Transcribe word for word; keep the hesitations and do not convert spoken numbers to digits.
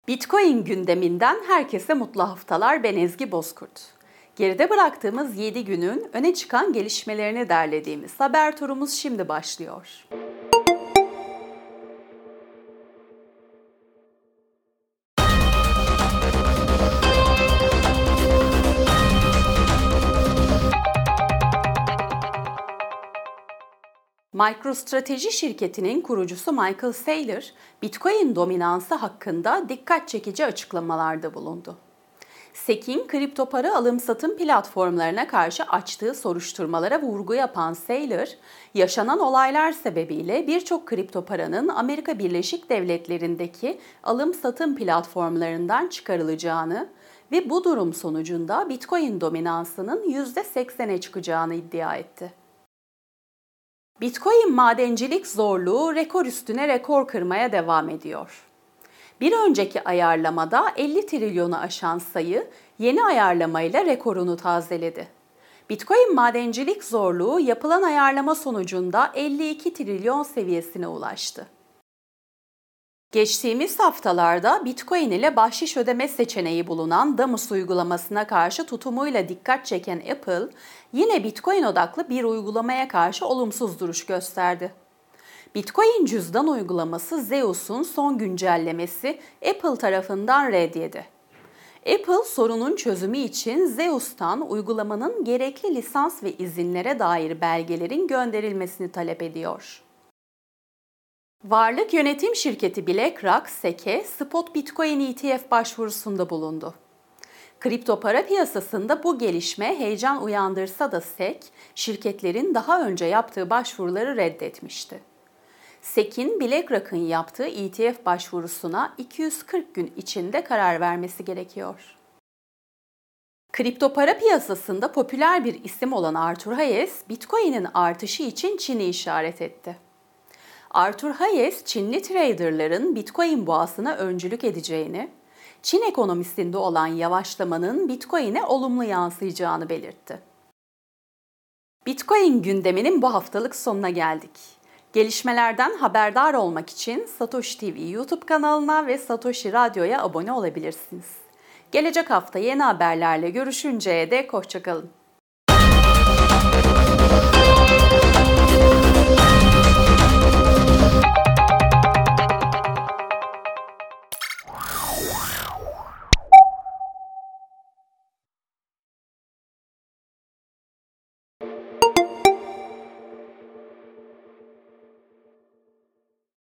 Bitcoin gündeminden herkese mutlu haftalar. Ben Ezgi Bozkurt. Geride bıraktığımız yedi günün öne çıkan gelişmelerini derlediğimiz haber turumuz şimdi başlıyor. MicroStrateji şirketinin kurucusu Michael Saylor, Bitcoin dominansı hakkında dikkat çekici açıklamalarda bulundu. S E C'in kripto para alım-satım platformlarına karşı açtığı soruşturmalara vurgu yapan Saylor, yaşanan olaylar sebebiyle birçok kripto paranın Amerika Birleşik Devletleri'ndeki alım-satım platformlarından çıkarılacağını ve bu durum sonucunda Bitcoin dominansının yüzde seksene çıkacağını iddia etti. Bitcoin madencilik zorluğu rekor üstüne rekor kırmaya devam ediyor. Bir önceki ayarlamada elli trilyonu aşan sayı yeni ayarlamayla rekorunu tazeledi. Bitcoin madencilik zorluğu yapılan ayarlama sonucunda elli iki trilyon seviyesine ulaştı. Geçtiğimiz haftalarda Bitcoin ile bahşiş ödeme seçeneği bulunan Damus uygulamasına karşı tutumuyla dikkat çeken Apple, yine Bitcoin odaklı bir uygulamaya karşı olumsuz duruş gösterdi. Bitcoin cüzdan uygulaması Zeus'un son güncellemesi Apple tarafından red yedi. Apple sorunun çözümü için Zeus'tan uygulamanın gerekli lisans ve izinlere dair belgelerin gönderilmesini talep ediyor. Varlık yönetim şirketi BlackRock, S E C'e spot Bitcoin E T F başvurusunda bulundu. Kripto para piyasasında bu gelişme heyecan uyandırsa da S E C, şirketlerin daha önce yaptığı başvuruları reddetmişti. S E C'in BlackRock'ın yaptığı E T F başvurusuna iki yüz kırk gün içinde karar vermesi gerekiyor. Kripto para piyasasında popüler bir isim olan Arthur Hayes, Bitcoin'in artışı için Çin'i işaret etti. Arthur Hayes, Çinli traderların Bitcoin boğasına öncülük edeceğini, Çin ekonomisinde olan yavaşlamanın Bitcoin'e olumlu yansıyacağını belirtti. Bitcoin gündeminin bu haftalık sonuna geldik. Gelişmelerden haberdar olmak için Satoshi T V YouTube kanalına ve Satoshi Radyo'ya abone olabilirsiniz. Gelecek hafta yeni haberlerle görüşünceye dek hoşça kalın.